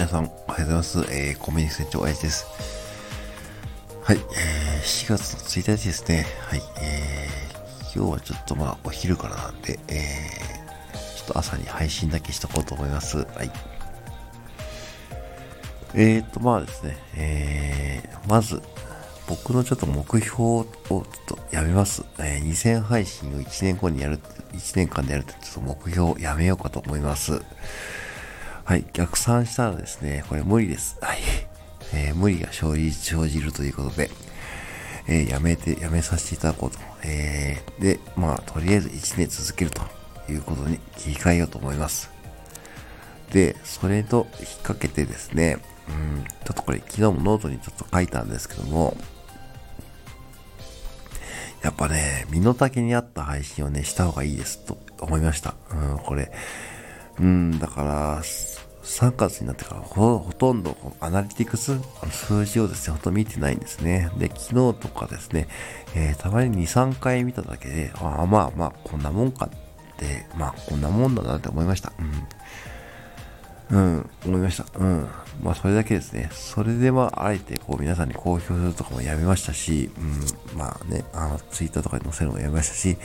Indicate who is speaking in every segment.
Speaker 1: 皆さん、おはようございます。コミュニケーション長、親父です。はい、4月の1日ですね。はい、今日はちょっとお昼からなんで、ちょっと朝に配信だけしとこうと思います。はい。ですね、まず、僕のちょっと目標をちょっとやめます。2000配信を1年後にやる、1年間でやるとちょっと目標をやめようかと思います。はい、逆算したらですね、これ無理です。はい。無理が生じるということで、やめさせていただこうと。で、とりあえず1年続けるということに切り替えようと思います。で、それと引っ掛けてですね、ちょっとこれ昨日もノートにちょっと書いたんですけども、やっぱね、身の丈に合った配信をね、した方がいいですと思いました。これ、だから、3月になってからほとんどアナリティクス、数字をですね、ほとんど見てないんですね。で、昨日とかですね、たまに2、3回見ただけで、こんなもんかって、こんなもんだなって思いました。思いました。それだけですね。それであえて皆さんに公表するとかもやめましたし、ツイッターとかに載せるのもやめましたし、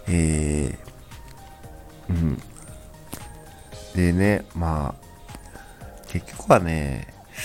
Speaker 1: でね、結局はね、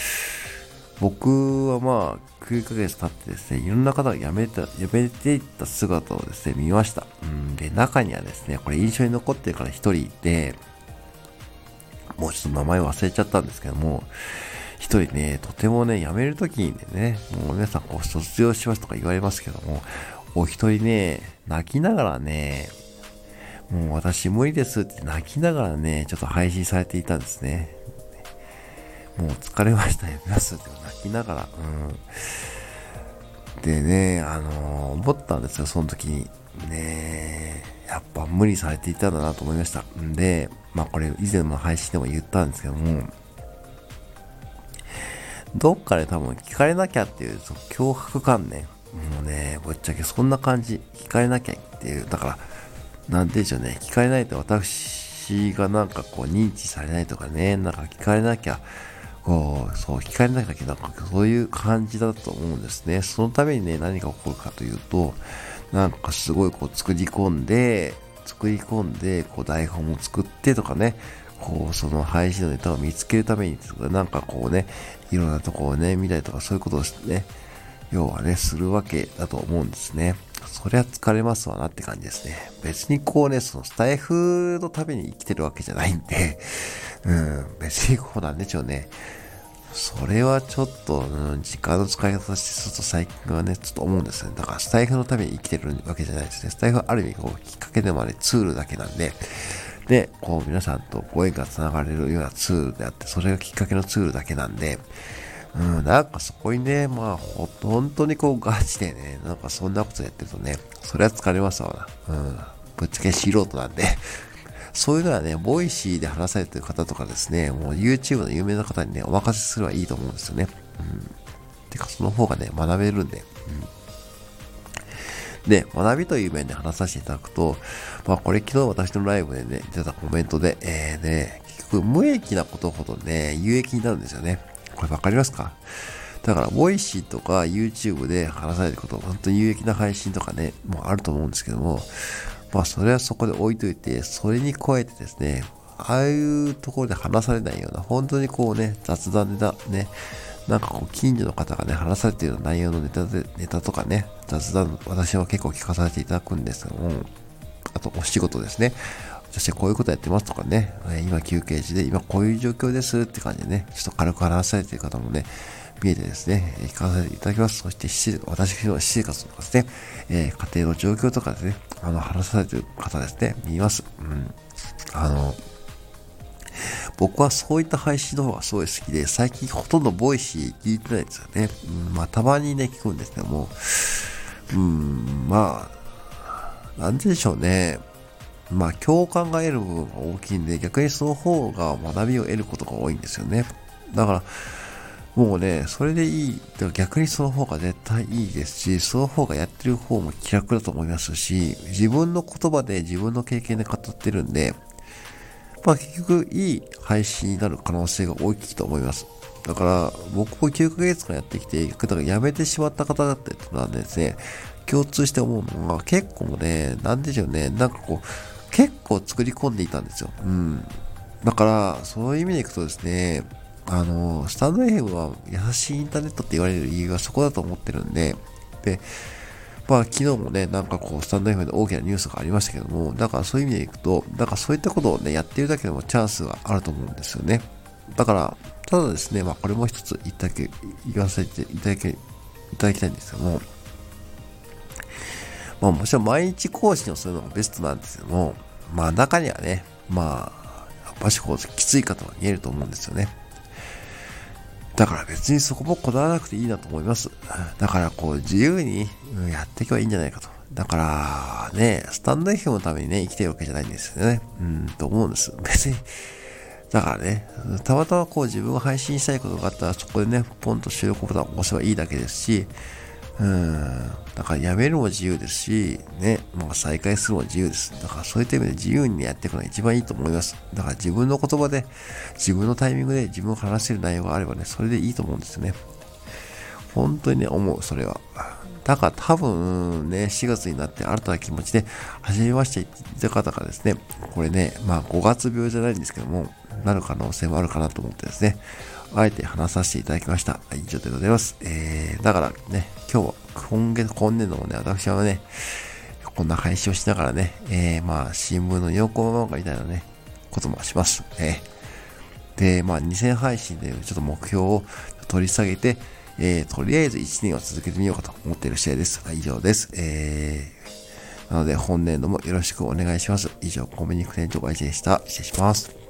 Speaker 1: 僕は9ヶ月経ってですね、いろんな方が辞めていった姿をですね、見ました。で、中にはですね、これ印象に残ってるから一人いて、もうちょっと名前忘れちゃったんですけども、一人ね、とてもね、辞めるときにね、もう皆さん卒業しますとか言われますけども、お一人ね、泣きながらね、もう私無理ですって泣きながらね、ちょっと配信されていたんですね。もう疲れましたよ、ますって泣きながら。でね、思ったんですよ、その時に。ねやっぱ無理されていたんだなと思いました。んで、これ以前の配信でも言ったんですけども、どっかで多分聞かれなきゃっていう脅迫観念。もうね、ぶっちゃけそんな感じ。聞かれなきゃっていう。だから、なんでしょうね。聞かれないと私が認知されないとかね、聞かれなきゃ、聞かれなきゃそういう感じだと思うんですね。そのためにね、何が起こるかというと、すごい作り込んで、台本を作ってとかね、その配信のネタを見つけるために、いろんなとこをね、見たりとか、そういうことをね、要はね、するわけだと思うんですね。そりゃ疲れますわなって感じですね。別にそのスタイフのために生きてるわけじゃないんで、別になんでしょうね。それはちょっと、時間の使い方としてすると最近はね、ちょっと思うんですよね。だからスタイフのために生きてるわけじゃないですね。スタイフはある意味きっかけでもありツールだけなんで、で、皆さんとご縁が繋がれるようなツールであって、それがきっかけのツールだけなんで、そこにね、本当にガチでね、そんなことやってるとね、それは疲れますわな。ぶっちゃけ素人なんで、そういうのはね、ボイシーで話されてる方とかですね、もう YouTube の有名な方にね、お任せすればいいと思うんですよね。てか、その方がね、学べるんで。で、学びという面で話させていただくと、これ昨日私のライブでね、出たコメントで、結局無益なことほどね、有益になるんですよね。これわかりますか？だから、ボイシーとか YouTube で話されること、本当に有益な配信とかね、もうあると思うんですけども、それはそこで置いといて、それに加えてですね、ああいうところで話されないような、本当に雑談でね、近所の方がね、話されている内容のネタとかね、雑談、私は結構聞かさせていただくんですけども、あと、お仕事ですね。私はこういうことやってますとかね、今休憩時で、今こういう状況ですって感じでね、ちょっと軽く話されている方もね、見えてですね、聞かせていただきます。そして私の私生活とかですね、家庭の状況とかですね、話されている方ですね、見ます。僕はそういった配信の方がすごい好きで、最近ほとんどボイシー聞いてないんですよね。たまにね、聞くんですけども、なんでしょうね。共感が得る部分が大きいんで、逆にその方が学びを得ることが多いんですよね。だから、もうね、それでいい。逆にその方が絶対いいですし、その方がやってる方も気楽だと思いますし、自分の言葉で自分の経験で語ってるんで、 結局いい配信になる可能性が大きいと思います。だから僕も9ヶ月間やってきて、だから辞めてしまった方だったりとかですね、共通して思うのが結構ね、なんでしょうね、結構作り込んでいたんですよ。だからそういう意味でいくとですね、スタンド FM は優しいインターネットって言われる理由はそこだと思ってるんで、で、昨日もね、スタンド FM で大きなニュースがありましたけども、だからそういう意味でいくと、そういったことをね、やってるだけでもチャンスがあると思うんですよね。だから、ただですね、これも一つ言わせていただきたいんですけども、もちろん毎日更新をするのがベストなんですけども、中にはね、やっぱしきつい方は言えると思うんですよね。だから別にそこもこだわらなくていいなと思います。だから自由にやっていけばいいんじゃないかと。だからね、スタンド FM のためにね、生きてるわけじゃないんですよね。と思うんです。別に。だからね、たまたま自分が配信したいことがあったらそこでね、ポンと収録ボタンを押せばいいだけですし、だからやめるも自由ですし、ね、再開するも自由です。だからそういった意味で自由にやっていくのが一番いいと思います。だから自分の言葉で、自分のタイミングで自分が話せる内容があればね、それでいいと思うんですよね。本当にね、思う、それは。だから多分ね、4月になって新たな気持ちで始めましていた方がですね、これね、5月病じゃないんですけども、なる可能性もあるかなと思ってですね、あえて話させていただきました。以上でございます。だからね、今日は今年度もね、私はね、こんな配信をしながらね、新聞の4コマ漫画みたいなね、こともします。で、2000配信でちょっと目標を取り下げて、とりあえず1年を続けてみようかと思っている次第です。以上です。なので本年度もよろしくお願いします。以上、コミュニク店長愛知でした。失礼します。